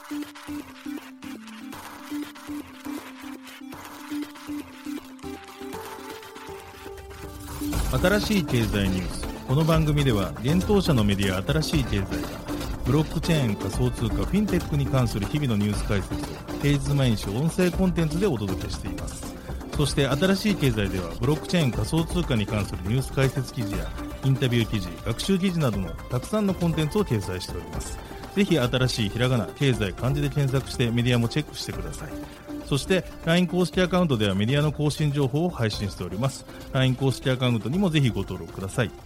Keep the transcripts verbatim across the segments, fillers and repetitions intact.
新しい経済ニュース。この番組では現当社のメディア新しい経済がブロックチェーン、仮想通貨、フィンテックに関する日々のニュース解説を平日毎日音声コンテンツでお届けしています。そして新しい経済ではブロックチェーン、仮想通貨に関するニュース解説記事やインタビュー記事、学習記事などのたくさんのコンテンツを掲載しております。ぜひ新しいひらがな、経済、漢字で検索してメディアもチェックしてください。そして ライン 公式アカウントではメディアの更新情報を配信しております。 ライン 公式アカウントにもぜひご登録ください。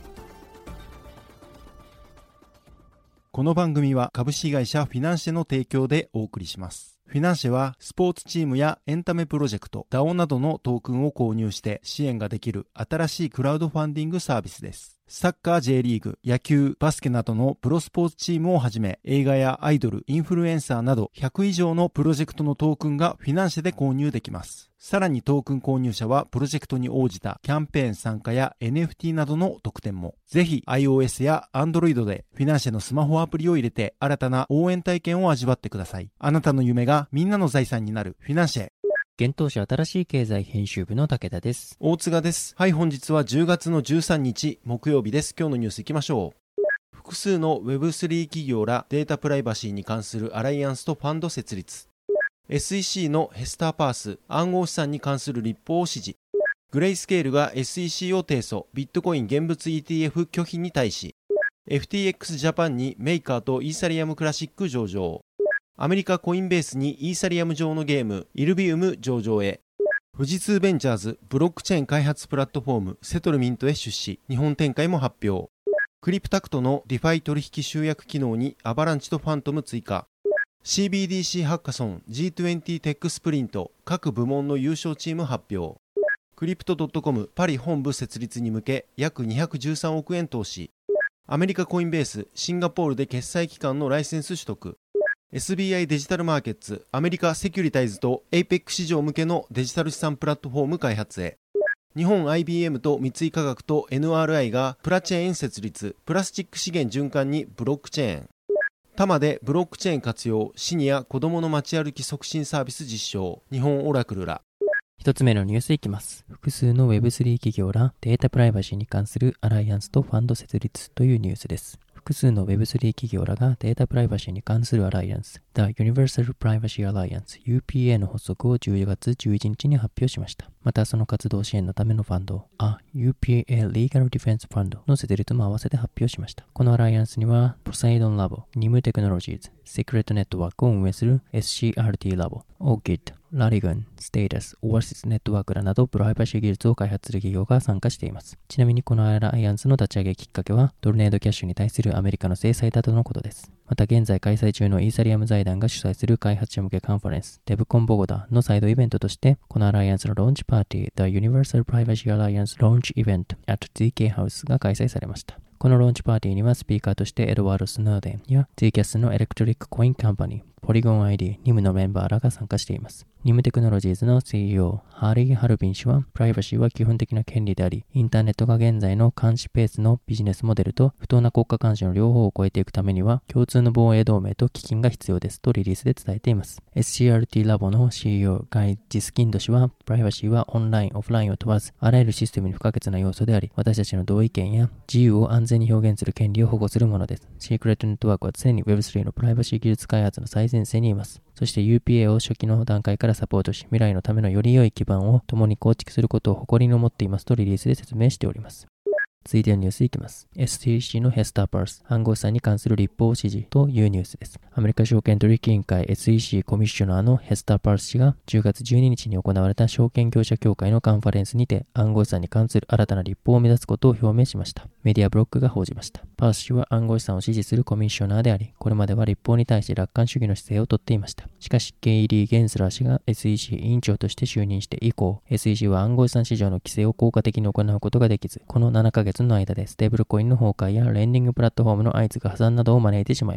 この番組は株式会社フィナンシェの提供でお送りします。フィナンシェはスポーツチームやエンタメプロジェクト、ダオ などのトークンを購入して支援ができる新しいクラウドファンディングサービスです。サッカー J リーグ、野球、バスケなどのプロスポーツチームをはじめ、映画やアイドル、インフルエンサーなどひゃく以上のプロジェクトのトークンがフィナンシェで購入できます。さらにトークン購入者はプロジェクトに応じたキャンペーン参加や エヌエフティー などの特典も。ぜひ iOS や Android でフィナンシェのスマホアプリを入れて新たな応援体験を味わってください。あなたの夢がみんなの財産になるフィナンシェ。 現当社新しい経済編集部の武田です。 大塚です。はい、本日はじゅうがつのじゅうさんにち木曜日です。今日のニュースいきましょう。複数の ウェブスリー 企業らデータプライバシーに関するアライアンスとファンド設立。エスイーシー のヘスターパース、暗号資産に関する立法を指示。グレイスケールが エスイーシー を提訴、ビットコイン現物 イーティーエフ 拒否に対し。エフティーエックス ジャパンにメーカーとイーサリアムクラシック上場。アメリカコインベースにイーサリアム上のゲーム、イルビウム上場へ。富士通ベンチャーズ、ブロックチェーン開発プラットフォーム、セトルミントへ出資、日本展開も発表。クリプタクトのディファイ取引集約機能にアバランチとファントム追加。シービーディーシー ハッカソン、ジートゥエンティー テックスプリント、各部門の優勝チーム発表。クリプト .com パリ本部設立に向け約にひゃくじゅうさんおくえん投資。アメリカコインベース、シンガポールで決済機関のライセンス取得。エスビーアイ デジタルマーケッツ、アメリカセキュリタイズと エイペック 市場向けのデジタル資産プラットフォーム開発へ。日本 アイビーエム と三井化学と エヌアールアイ がプラチェーン設立、プラスチック資源循環にブロックチェーン。多摩でブロックチェーン活用、シニア子どもの街歩き促進サービス実証、日本オラクルら。 一つ目のニュースいきます。複数の ウェブスリー 企業らデータプライバシーに関するアライアンスとファンド設立というニュースです。複数の ウェブスリー 企業らがデータプライバシーに関するアライアンス、The Universal Privacy Alliance ユーピーエー の発足をじゅうがつじゅういちにちに発表しました。またその活動支援のためのファンド、A ユーピーエー Legal Defense Fund の設立も合わせて発表しました。このアライアンスには Poseidon Labo、ニム Technologies、Secret Network を運営する エスシーアールティー Labo、Orchid、ラリガン、ステータス、オアシスネットワークらなどプライバシー技術を開発する企業が参加しています。ちなみにこのアライアンスの立ち上げきっかけはトルネードキャッシュに対するアメリカの制裁だとのことです。また現在開催中のイーサリアム財団が主催する開発者向けカンファレンス、デブコンボゴダのサイドイベントとしてこのアライアンスのローンチパーティー The Universal Privacy Alliance Launch Event at ゼーケー House が開催されました。このローンチパーティーにはスピーカーとしてエドワード・スノーデンや ツイキャス のエレクトリックコインカンパニー、ポリゴン アイディー、ニム のメンバーらが参加しています。ニムテクノロジーズの シーイーオー、ハリー・ハルビン氏は、プライバシーは基本的な権利であり、インターネットが現在の監視ペースのビジネスモデルと不当な国家監視の両方を超えていくためには、共通の防衛同盟と基金が必要ですとリリースで伝えています。エスシーアールティー ラボの シーイーオー、ガイ・ジスキンド氏は、プライバシーはオンライン、オフラインを問わず、あらゆるシステムに不可欠な要素であり、私たちの同意見や自由を安全に表現する権利を保護するものです。シークレットネットワークは常に ウェブスリー のプライバシー技術開発の最前線にいます。そして ユーピーエー を初期の段階からサポートし、未来のためのより良い基盤を共に構築することを誇りに思っていますとリリースで説明しております。続いてのニュースいきます。エスイーシー のヘスターパース、暗号資産に関する立法を指示というニュースです。アメリカ証券取引委員会 エスイーシー コミッショナーのヘスターパース氏がじゅうがつじゅうににちに行われた証券業者協会のカンファレンスにて暗号資産に関する新たな立法を目指すことを表明しました。メディアブロックが報じました。パース氏は暗号資産を支持するコミッショナーであり、これまでは立法に対して楽観主義の姿勢をとっていました。しかし、ゲイリー・ゲンスラー氏が エスイーシー 委員長として就任して以降、エスイーシー は暗号資産市場の規制を効果的に行うことができず、このななかげつの間でステーブルコインの崩壊やレンディングプラットフォームの相次ぐ破産などを招いてしまいました。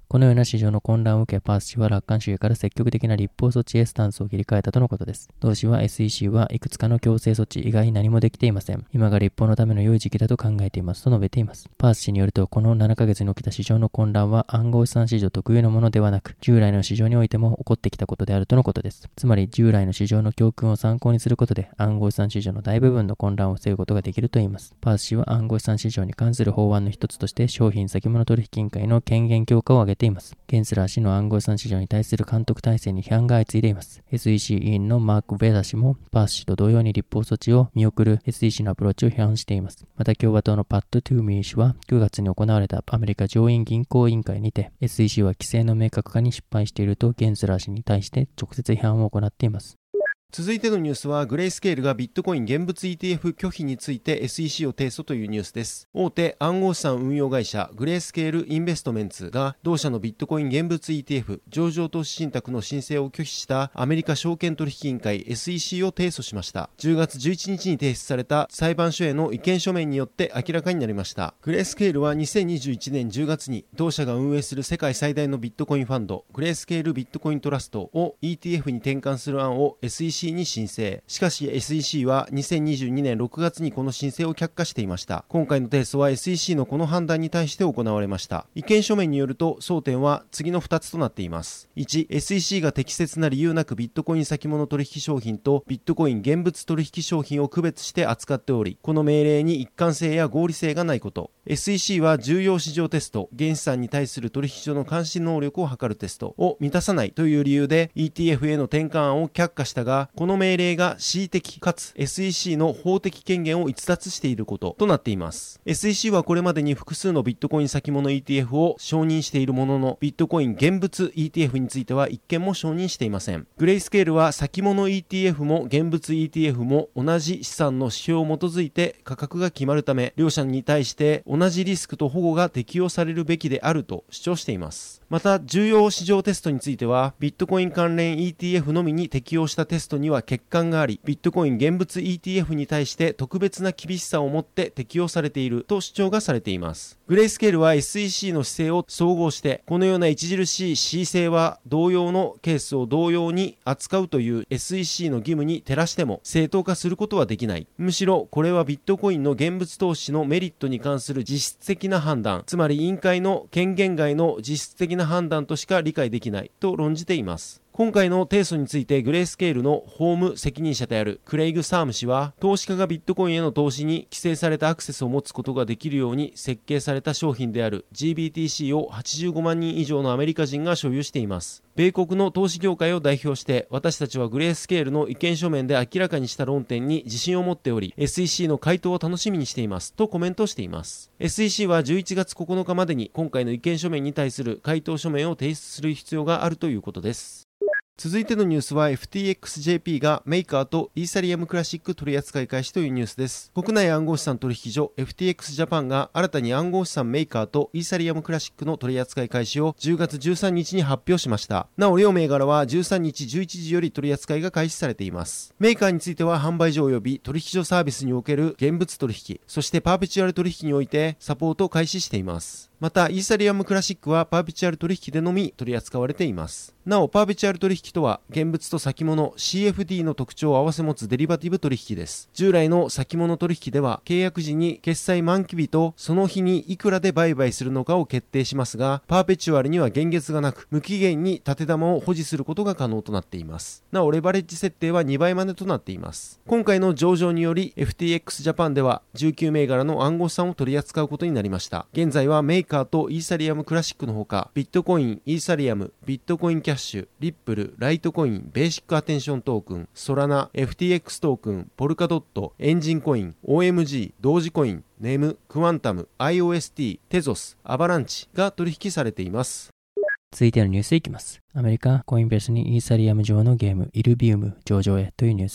このような市場の混乱を受け、パース氏は楽観主義から積極的な立法措置へスタンスを切り替えたとのことです。同氏は エスイーシー はいくつかの強制措置以外何もできていません。今が立法のための良い時期だと考えていますと述べています。パース氏によると、このななかげつに起きた市場の混乱は暗号資産市場特有のものではなく、従来の市場においても起こってきたことであるとのことです。つまり、従来の市場の教訓を参考にすることで、暗号資産市場の大部分の混乱を防ぐことができるといいます。パース氏は暗号資産市場に関する法案の一つとして、商品先物取引委員会の権限強化を挙げています。ゲンスラー氏の暗号資産市場に対する監督体制に批判が相次いでいます。エスイーシー 委員のマーク・ベザ氏も、パース氏と同様に立法措置を見送る エスイーシー のアプローチを批判しています。また共和党のパット・トゥーミー氏は、くがつに行われたアメリカ上院銀行委員会にて、エスイーシー は規制の明確化に失敗しているとゲンスラー氏に対して直接批判を行っています。 続いてのニュースは、グレイスケールがビットコイン現物 イーティーエフ 拒否について エスイーシー を提訴というニュースです。大手暗号資産運用会社グレイスケールインベストメンツが同社のビットコイン現物 イーティーエフ 上場投資信託の申請を拒否したアメリカ証券取引委員会 エスイーシー を提訴しました。じゅうがつじゅういちにちに提出された裁判所への意見書面によって明らかになりました。グレイスケールはにせんにじゅういちねんじゅうがつに同社が運営する世界最大のビットコインファンドグレイスケールビットコイントラストを イーティーエフ に転換する案を エスイーシー に申請。しかし エスイーシー はにせんにじゅうにねんろくがつにこの申請を却下していました。今回の提訴は エスイーシー のこの判断に対して行われました。意見書面によると争点は次のふたつとなっています。いち、エスイーシー が適切な理由なくビットコイン先物取引商品とビットコイン現物取引商品を区別して扱っており、この命令に一貫性や合理性がないこと。エスイーシー は重要市場テスト、原資産に対する取引所の監視能力を測るテストを満たさないという理由で イーティーエフ への転換案を却下したが、この命令が恣意的かつ エスイーシー の法的権限を逸脱していることとなっています。エスイーシー はこれまでに複数のビットコイン先物 イーティーエフ を承認しているものの、ビットコイン現物 イーティーエフ については一件も承認していません。グレイスケールは先物 イーティーエフ も現物 イーティーエフ も同じ資産の指標を基づいて価格が決まるため、両者に対して同じリスクと保護が適用されるべきであると主張しています。また、重要市場テストについては、ビットコイン関連 イーティーエフ のみに適用したテストには欠陥があり、ビットコイン現物 イーティーエフ に対して特別な厳しさを持って適用されていると主張がされています。グレイスケールは エスイーシー の姿勢を総合して、このような著しい恣意性は同様のケースを同様に扱うという エスイーシー の義務に照らしても正当化することはできない。むしろこれはビットコインの現物投資のメリットに関する実質的な判断、つまり委員会の権限外の実質的な判断としか理解できないと論じています。今回の提訴についてグレイスケールの法務責任者であるクレイグ・サーム氏は、投資家がビットコインへの投資に規制されたアクセスを持つことができるように設計された商品である ジービーティーシー をはちじゅうごまんにん以上のアメリカ人が所有しています。米国の投資業界を代表して、私たちはグレイスケールの意見書面で明らかにした論点に自信を持っており、エスイーシー の回答を楽しみにしていますとコメントしています。エスイーシー はじゅういちがつここのかまでに今回の意見書面に対する回答書面を提出する必要があるということです。続いてのニュースは エフティーエックスジェーピー がメーカーとイーサリアムクラシック取扱い開始というニュースです。国内暗号資産取引所 エフティーエックス ジャパンが新たに暗号資産メーカーとイーサリアムクラシックの取扱い開始をじゅうがつじゅうさんにちに発表しました。なお両銘柄はじゅうさんにちじゅういちじより取扱いが開始されています。メーカーについては販売所及び取引所サービスにおける現物取引、そしてパーペチュアル取引においてサポートを開始しています。またイーサリアムクラシックはパーペチュアル取引でのみ取り扱われています。なおパーペチュアル取引とは現物と先物 シーエフディー の特徴を併せ持つデリバティブ取引です。従来の先物取引では契約時に決済満期日とその日にいくらで売買するのかを決定しますが、パーペチュアルには限月がなく無期限に縦玉を保持することが可能となっています。なおレバレッジ設定はにばいまでとなっています。今回の上場により エフティーエックス ジャパンではじゅうきゅうめいがらの暗号資産を取り扱うことになりました。現在はメーカーとイーサリアムクラシックのほか、ビットコイン、イーサリアム、ビットコインキャッシュ、リップル、ライトコイン、ベーシックアテンショントークン、ソラナ、エフティーエックス トークン、ポルカドット、エンジンコイン、オーエムジー、ドージコイン、ネム、クワンタム、アイオーエスティー、テゾス、アバランチが取引されています。 続いてのニュースいきます。アメリカコインベースにイーサリアム上のゲームイルビウム上場へというニュースです。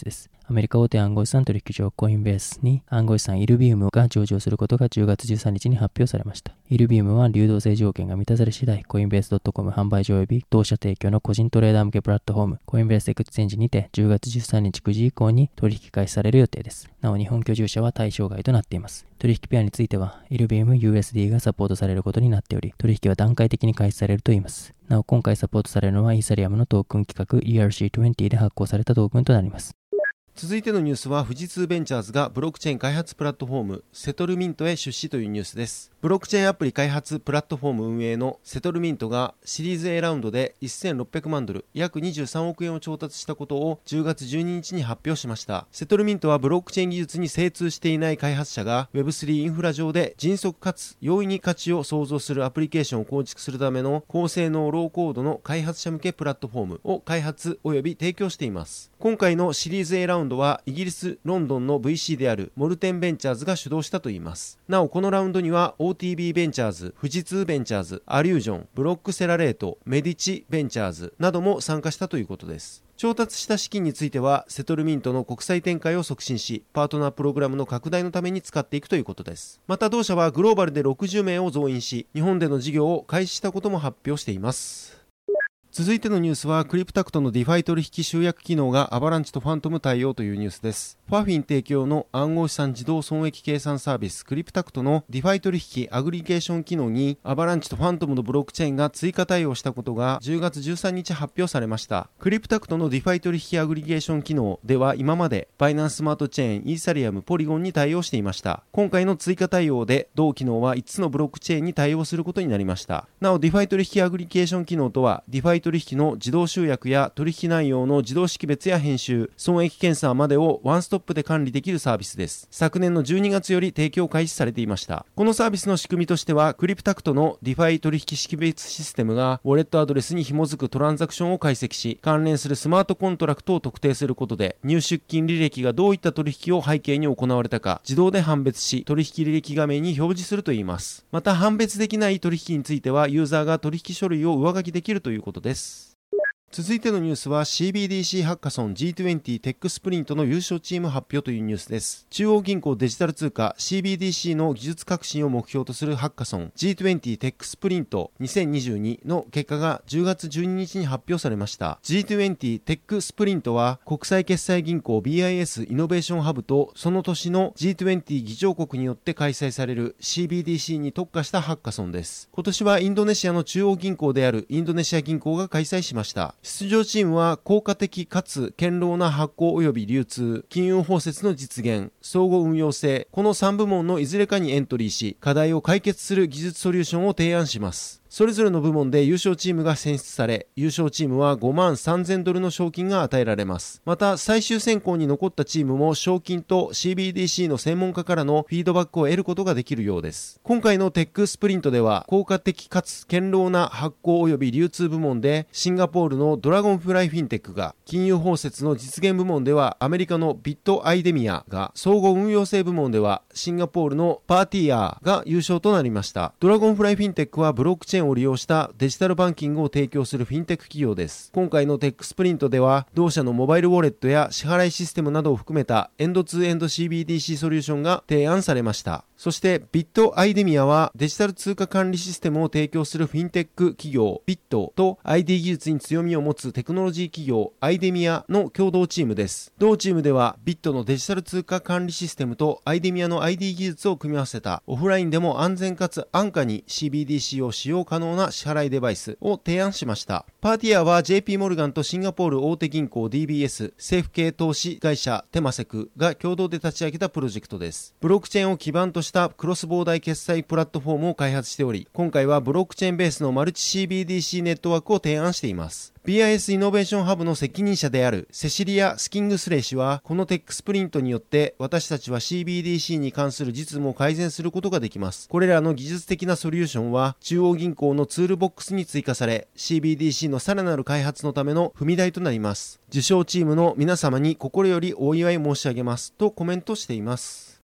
アメリカ大手暗号資産取引所コインベースに暗号資産イルビウムが上場することがじゅうがつじゅうさんにちに発表されました。イルビウムは流動性条件が満たされ次第、コインベース .com 販売所及び同社提供の個人トレーダー向けプラットフォーム、コインベースエクスチェンジにてじゅうがつじゅうさんにちくじ以降に取引開始される予定です。なお、日本居住者は対象外となっています。取引ペアについては、イルビウム ユーエスディー がサポートされることになっており、取引は段階的に開始されるといいます。なお、今回サポートされるのはイーサリアムのトークン規格 イーアールシーにじゅう で発行されたトークンとなります。 続いてのニュースは、富士通ベンチャーズがブロックチェーン開発プラットフォームセトルミントへ出資というニュースです。ブロックチェーンアプリ開発プラットフォーム運営のセトルミントがシリーズ A ラウンドでせんろっぴゃくまんドル、約にじゅうさんおくえんを調達したことをじゅうがつじゅうににちに発表しました。セトルミントはブロックチェーン技術に精通していない開発者が ウェブスリー インフラ上で迅速かつ容易に価値を創造するアプリケーションを構築するための高性能ローコードの開発者向けプラットフォームを開発及び提供しています。今回のシリーズ A ラウンドはイギリスロンドンの ブイシー であるモルテンベンチャーズが主導したといいます。なお、このラウンドには オーティービー ベンチャーズ、富士通ベンチャーズ、アリュージョン、ブロックセラレート、メディチベンチャーズなども参加したということです。調達した資金についてはセトルミントの国際展開を促進し、パートナープログラムの拡大のために使っていくということです。また同社はグローバルでろくじゅうめいを増員し、日本での事業を開始したことも発表しています。続いてのニュースは、クリプタクトのディファイ取引集約機能がアバランチとファントム対応というニュースです。ファフィン提供の暗号資産自動損益計算サービスクリプタクトのディファイ取引アグリゲーション機能にアバランチとファントムのブロックチェーンが追加対応したことがじゅうがつじゅうさんにち発表されました。クリプタクトのディファイ取引アグリゲーション機能では今までバイナンススマートチェーン、イーサリアム、ポリゴンに対応していました。今回の追加対応で同機能はいつつのブロックチェーンに対応することになりました。なお、ディファイ取引アグリゲーション機能とは、ディファイ取引の自動集約や取引内容の自動識別や編集、損益検査までをワンストップで管理できるサービスです。昨年のじゅうにがつより提供開始されていました。このサービスの仕組みとしては、クリプタクトのディファイ取引識別システムがウォレットアドレスに紐づくトランザクションを解析し、関連するスマートコントラクトを特定することで、入出金履歴がどういった取引を背景に行われたか自動で判別し、取引履歴画面に表示するといいます。また、判別できない取引についてはユーザーが取引書類を上書きできるということです。続いてのニュースは シービーディーシー ハッカソン ジートゥエンティ テックスプリントの優勝チーム発表というニュースです。中央銀行デジタル通貨 シービーディーシー の技術革新を目標とするハッカソン ジートゥエンティ テックスプリントにせんにじゅうにの結果がじゅうがつじゅうににちに発表されました。 ジートゥエンティ テックスプリントは国際決済銀行 ビーアイエス イノベーションハブとその年の ジートゥエンティ 議長国によって開催される シービーディーシー に特化したハッカソンです。今年はインドネシアの中央銀行であるインドネシア銀行が開催しました。出場チームは効果的かつ堅牢な発行及び流通、金融包摂の実現、相互運用性、このさんぶもんのいずれかにエントリーし、課題を解決する技術ソリューションを提案します。それぞれの部門で優勝チームが選出され、優勝チームはごまんさんぜんドルの賞金が与えられます。また、最終選考に残ったチームも賞金と シービーディーシー の専門家からのフィードバックを得ることができるようです。今回のテックスプリントでは、効果的かつ堅牢な発行及び流通部門で、シンガポールのドラゴンフライフィンテックが、金融包摂の実現部門ではアメリカのビットアイデミアが、総合運用性部門ではシンガポールのパーティーアーが優勝となりました。ドラゴンフライフィンテックはブロックチェーンを利用したデジタルバンキングを提供するフィンテック企業です。今回のテックスプリントでは、同社のモバイルウォレットや支払いシステムなどを含めたエンドツーエンド シービーディーシー ソリューションが提案されました。そしてビットアイデミアはデジタル通貨管理システムを提供するフィンテック企業ビットと アイディー 技術に強みを持つテクノロジー企業アイデミアの共同チームです。同チームではビットのデジタル通貨管理システムとアイデミアの アイディー 技術を組み合わせたオフラインでも安全かつ安価に シービーディーシー を使用可能な支払いデバイスを提案しました。パーティアは ジェーピー モルガンとシンガポール大手銀行 ディービーエス、政府系投資会社テマセクが共同で立ち上げたプロジェクトです。ブロックチェーンを基盤としたクロスボーダー決済プラットフォームを開発しており、今回はブロックチェーンベースのマルチ シービーディーシー ネットワークを提案しています。ビーアイエス イノベーションハブの責任者であるセシリア・スキングスレイ氏は、このテックスプリントによって私たちは シービーディーシー に関する実務を改善することができます。これらの技術的なソリューションは中央銀行のツールボックスに追加され、 シービーディーシー のさらなる開発のための踏み台となります。受賞チームの皆様に心よりお祝い申し上げますとコメントしています。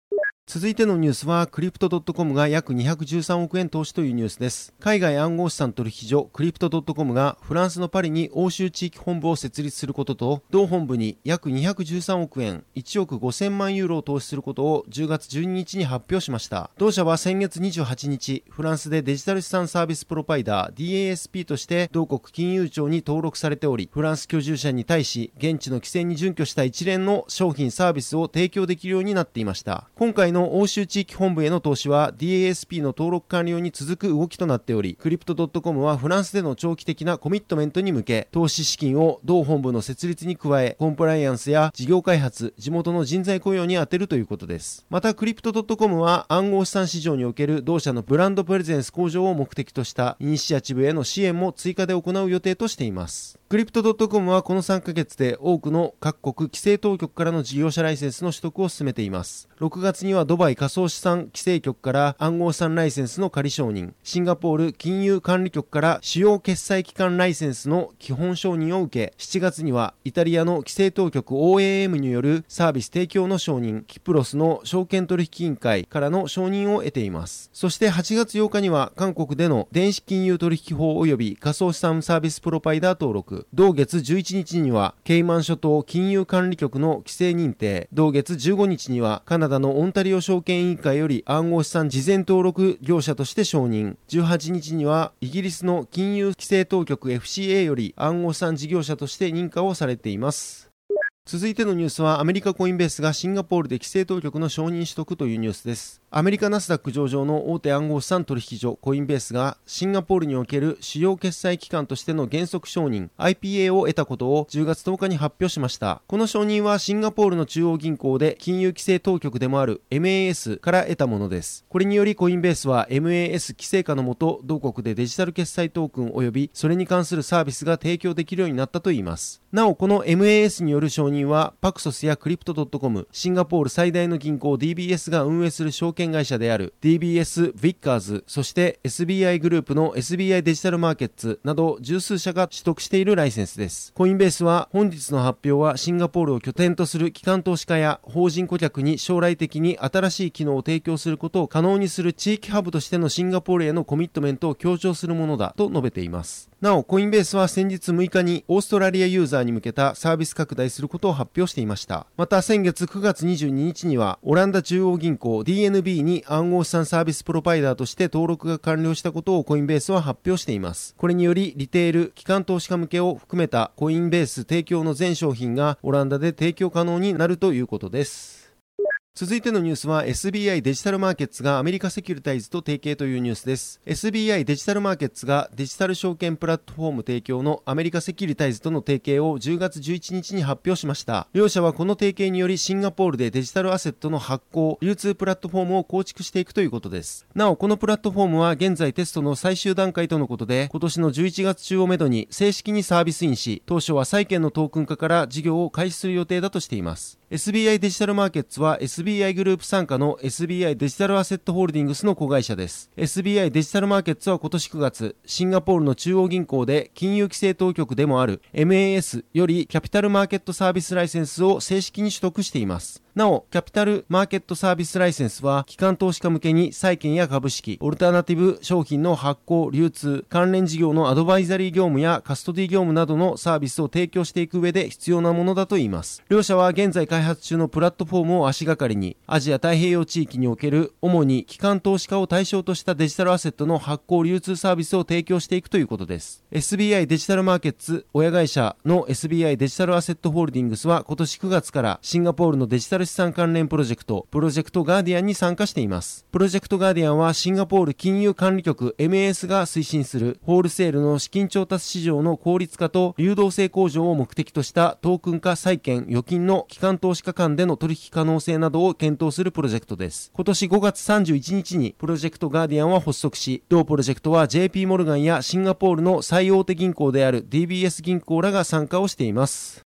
続いてのニュースは、クリプトドットコム が約にひゃくじゅうさんおくえん投資というニュースです。海外暗号資産取引所クリプトドットコム がフランスのパリに欧州地域本部を設立することと、同本部に約にひゃくじゅうさんおくえん、いちおくごせんまんユーロを投資することをじゅうがつじゅうににちに発表しました。同社は先月にじゅうはちにち、フランスでデジタル資産サービスプロバイダー ディーエーエスピー として同国金融庁に登録されており、フランス居住者に対し、現地の規制に準拠した一連の商品サービスを提供できるようになっていました。今回の欧州地域本部への投資は ディーエーエスピー の登録完了に続く動きとなっており、クリプトドットコム はフランスでの長期的なコミットメントに向け、投資資金を同本部の設立に加え、コンプライアンスや事業開発、地元の人材雇用に充てるということです。またクリプトドットコム は暗号資産市場における同社のブランドプレゼンス向上を目的としたイニシアチブへの支援も追加で行う予定としています。クリプトドットコム はこのさんかげつで多くの各国規制当局からの事業者ライセンスの取得を進めています。ろくがつにはドバイ仮想資産規制局から暗号資産ライセンスの仮承認、シンガポール金融管理局から主要決済機関ライセンスの基本承認を受け、しちがつにはイタリアの規制当局 オーエーエム によるサービス提供の承認、キプロスの証券取引委員会からの承認を得ています。そしてはちがつようかには韓国での電子金融取引法及び仮想資産サービスプロバイダー登録、同月じゅういちにちにはケイマン諸島金融管理局の規制認定、同月じゅうごにちにはカナダのオンタリオ証券委員会より暗号資産事前登録業者として承認、じゅうはちにちにはイギリスの金融規制当局 エフシーエー より暗号資産事業者として認可をされています。続いてのニュースは、アメリカコインベースがシンガポールで規制当局の承認取得というニュースです。アメリカナスダック上場の大手暗号資産取引所コインベースがシンガポールにおける主要決済機関としての原則承認 アイピーエー を得たことをじゅうがつとおかに発表しました。この承認はシンガポールの中央銀行で金融規制当局でもある エムエーエス から得たものです。これによりコインベースは エムエーエス 規制下のもと、同国でデジタル決済トークン及びそれに関するサービスが提供できるようになったといいます。なお、この エムエーエス による承認はパクソスやクリプトドットコム、シンガポール最大の銀行 ディービーエス が運営する証券会社である ディービーエス ヴィッカーズ、そして エスビーアイ グループの エスビーアイ デジタルマーケッツなど十数社が取得しているライセンスです。コインベースは本日の発表はシンガポールを拠点とする機関投資家や法人顧客に将来的に新しい機能を提供することを可能にする地域ハブとしてのシンガポールへのコミットメントを強調するものだと述べています。なお、コインベースは先日むいかにオーストラリアユーザーに向けたサービス拡大することを発表していました。また先月くがつにじゅうににちにはオランダ中央銀行 ディーエヌビー に暗号資産サービスプロバイダーとして登録が完了したことをコインベースは発表しています。これによりリテール、機関投資家向けを含めたコインベース提供の全商品がオランダで提供可能になるということです。続いてのニュースは エスビーアイ デジタルマーケッツがアメリカセキュリタイズと提携というニュースです。エスビーアイ デジタルマーケッツがデジタル証券プラットフォーム提供のアメリカセキュリタイズとの提携をじゅうがつじゅういちにちに発表しました。両社はこの提携によりシンガポールでデジタルアセットの発行、流通プラットフォームを構築していくということです。なお、このプラットフォームは現在テストの最終段階とのことで、今年のじゅういちがつ中をめどに正式にサービスインし、当初は債券のトークン化から事業を開始する予定だとしています。エスビーアイ デジタルマーケッツは エスビーアイ グループ傘下の エスビーアイ デジタルアセットホールディングスの子会社です。エスビーアイ デジタルマーケッツは今年くがつ、シンガポールの中央銀行で金融規制当局でもある エムエーエス よりキャピタルマーケットサービスライセンスを正式に取得しています。なお、キャピタルマーケットサービスライセンスは、機関投資家向けに債券や株式、オルタナティブ商品の発行、流通、関連事業のアドバイザリー業務やカストディ業務などのサービスを提供していく上で必要なものだといいます。両社は現在開発中のプラットフォームを足がかりに、アジア太平洋地域における主に機関投資家を対象としたデジタルアセットの発行、流通サービスを提供していくということです。エスビーアイ デジタルマーケッツ親会社の エスビーアイ デジタルアセットホールディングスは今年くがつからシンガポールのデジタル資産関連プロジェクトプロジェクト、プロジェクトガーディアンに参加しています。プロジェクトガーディアンはシンガポール金融管理局 エムエーエス が推進するホールセールの資金調達市場の効率化と流動性向上を目的としたトークン化債券預金の機関投資家間での取引可能性などを検討するプロジェクトです。今年ごがつさんじゅういちにちにプロジェクトガーディアンは発足し、同プロジェクトは ジェーピー モルガンやシンガポールの最大手銀行である ディービーエス 銀行らが参加をしています。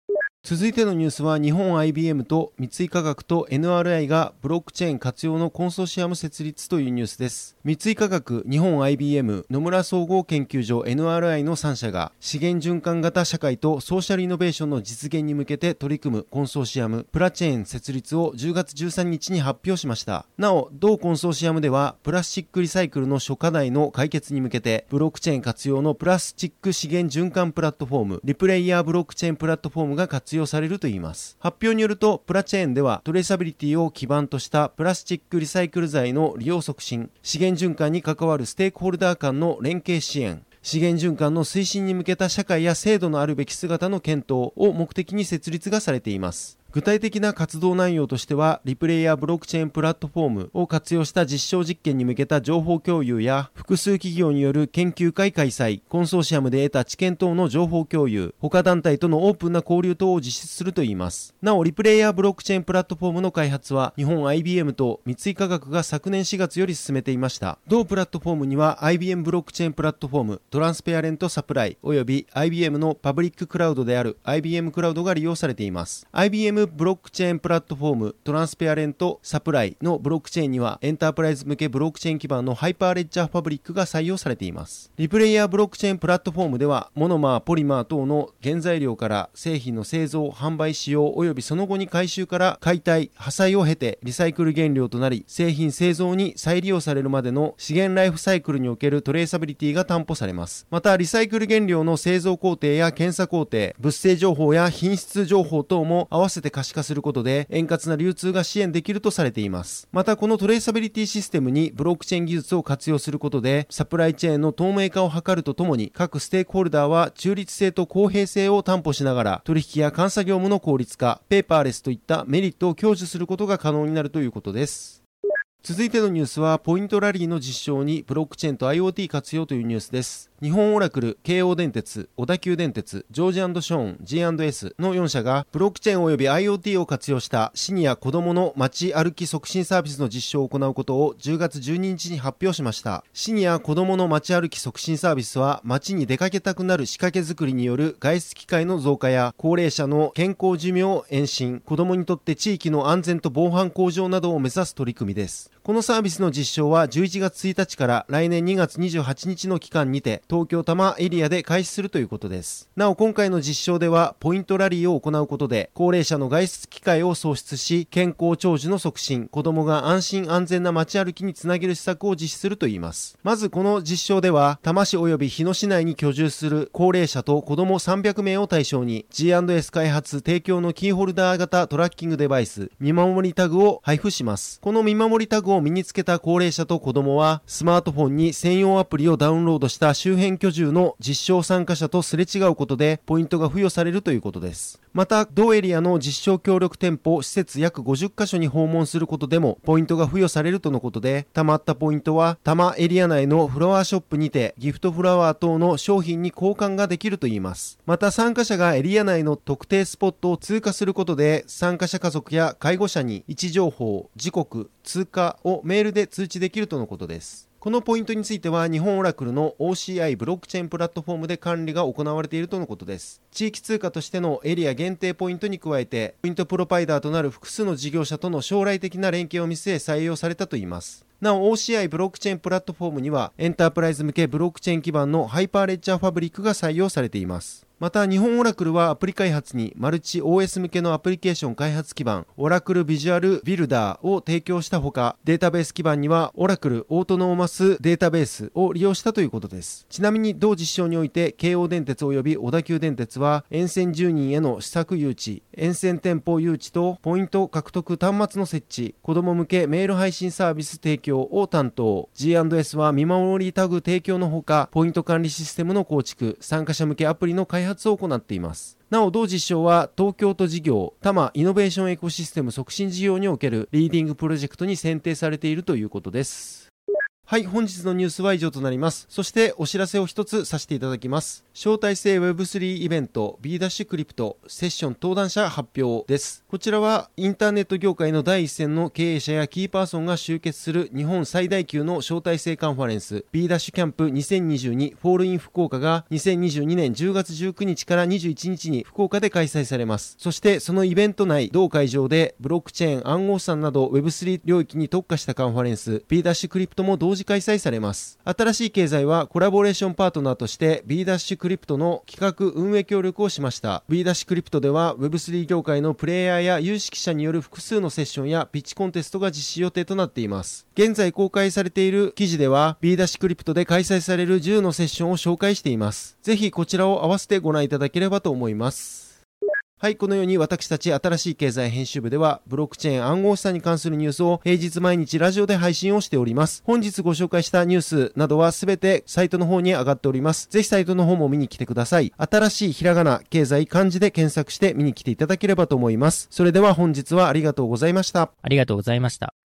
続いてのニュースは日本 アイビーエム と三井化学と エヌアールアイ がブロックチェーン活用のコンソーシアム設立というニュースです。三井化学、日本 アイビーエム、野村総合研究所 エヌアールアイ のさん社が資源循環型社会とソーシャルイノベーションの実現に向けて取り組むコンソーシアムプラチェーン設立をじゅうがつじゅうさんにちに発表しました。なお、同コンソーシアムではプラスチックリサイクルの諸課題の解決に向けてブロックチェーン活用のプラスチック資源循環プラットフォームリプレイヤーブロックチェーンプラットフォームが活用されるといいます。発表によると、プラチェーンではトレーサビリティを基盤としたプラスチックリサイクル材の利用促進、資源循環に関わるステークホルダー間の連携支援、資源循環の推進に向けた社会や制度のあるべき姿の検討を目的に設立がされています。具体的な活動内容としては、リプレイヤーブロックチェーンプラットフォームを活用した実証実験に向けた情報共有や、複数企業による研究会開催、コンソーシアムで得た知見等の情報共有、他団体とのオープンな交流等を実施するといいます。なお、リプレイヤーブロックチェーンプラットフォームの開発は、日本 アイビーエム と三井化学が昨年しがつより進めていました。同プラットフォームには、アイビーエム ブロックチェーンプラットフォーム、トランスペアレントサプライ、および アイビーエム のパブリッククラウドである アイビーエム クラウドが利用されています。アイビーエム ブロックチェーンプラットフォームトランスペアレントサプライのブロックチェーンにはエンタープライズ向けブロックチェーン基盤のハイパーレッジャーファブリックが採用されています。リプレイヤーブロックチェーンプラットフォームではモノマー、ポリマー等の原材料から製品の製造、販売、使用およびその後に回収から解体、破砕を経てリサイクル原料となり製品製造に再利用されるまでの資源ライフサイクルにおけるトレーサビリティが担保されます。またリサイクル原料の製造工程や検査工程、物性情報や品質情報等も合わせて可視化することで円滑な流通が支援できるとされています。またこのトレーサビリティシステムにブロックチェーン技術を活用することでサプライチェーンの透明化を図るとともに各ステークホルダーは中立性と公平性を担保しながら取引や監査業務の効率化、ペーパーレスといったメリットを享受することが可能になるということです。続いてのニュースはポイントラリーの実証にブロックチェーンと アイオーティー 活用というニュースです。日本オラクル、京王電鉄、小田急電鉄、ジョージ&ショーン、ジーアンドエス のよん社がブロックチェーン及び アイオーティー を活用したシニア子どもの街歩き促進サービスの実証を行うことをじゅうがつじゅうににちに発表しました。シニア子どもの街歩き促進サービスは街に出かけたくなる仕掛け作りによる外出機会の増加や高齢者の健康寿命延伸、子どもにとって地域の安全と防犯向上などを目指す取り組みです。このサービスの実証はじゅういちがつついたちから来年にがつにじゅうはちにちの期間にて東京多摩エリアで開始するということです。なお今回の実証ではポイントラリーを行うことで高齢者の外出機会を創出し健康長寿の促進、子どもが安心安全な街歩きにつなげる施策を実施するといいます。まずこの実証では多摩市及び日野市内に居住する高齢者と子どもさんびゃくめいを対象に ジーアンドエス 開発提供のキーホルダー型トラッキングデバイス見守りタグを配布します。この見守りタグを身につけた高齢者と子どもはスマートフォンに専用アプリをダウンロードした周辺居住の実証参加者とすれ違うことでポイントが付与されるということです。また同エリアの実証協力店舗施設約ごじゅっかしょに訪問することでもポイントが付与されるとのことで、貯まったポイントは多摩エリア内のフラワーショップにてギフトフラワー等の商品に交換ができるといいます。また参加者がエリア内の特定スポットを通過することで参加者家族や介護者に位置情報、時刻、通過をメールで通知できるとのことです。このポイントについては日本オラクルの オーシーアイ ブロックチェーンプラットフォームで管理が行われているとのことです。地域通貨としてのエリア限定ポイントに加えてポイントプロバイダーとなる複数の事業者との将来的な連携を見据え採用されたといいます。なお オーシーアイ ブロックチェーンプラットフォームにはエンタープライズ向けブロックチェーン基盤のハイパーレッジャーファブリックが採用されています。また日本オラクルはアプリ開発にマルチ オーエス 向けのアプリケーション開発基盤オラクルビジュアルビルダーを提供したほか、データベース基盤にはオラクルオートノーマスデータベースを利用したということです。ちなみに同実証において京王電鉄及び小田急電鉄は沿線住人への施策誘致、沿線店舗誘致とポイント獲得端末の設置、子ども向けメール配信サービス提供を担当、 ジーアンドエス は見守りタグ提供のほかポイント管理システムの構築、参加者向けアプリの開発を行っています。なお同実証は東京都事業多摩イノベーションエコシステム促進事業におけるリーディングプロジェクトに選定されているということです。 はい、本日のニュースは以上となります。そしてお知らせを一つさせていただきます。招待制 ウェブスリー イベント B' クリプトセッション登壇者発表です。こちらはインターネット業界の第一線の経営者やキーパーソンが集結する日本最大級の招待制カンファレンス B' キャンプにせんにじゅうにフォールイン福岡がにせんにじゅうにねんじゅうがつじゅうくにちからにじゅういちにちに福岡で開催されます。そしてそのイベント内同会場でブロックチェーン暗号資産など ウェブスリー 領域に特化したカンファレンス B' クリプトも同時開催されます。新しい経済はコラボレーションパートナーとして B' クリプトの企画運営協力をしました。 B' クリプトでは ウェブスリー 業界のプレイヤーや有識者による複数のセッションやピッチコンテストが実施予定となっています。現在公開されている記事では B' クリプトで開催されるじゅうのセッションを紹介しています。ぜひこちらを合わせてご覧いただければと思います。はい、このように私たち新しい経済編集部ではブロックチェーン暗号資産に関するニュースを平日毎日ラジオで配信をしております。本日ご紹介したニュースなどはすべてサイトの方に上がっております。ぜひサイトの方も見に来てください。新しいひらがな経済漢字で検索して見に来ていただければと思います。それでは本日はありがとうございました。 ありがとうございました。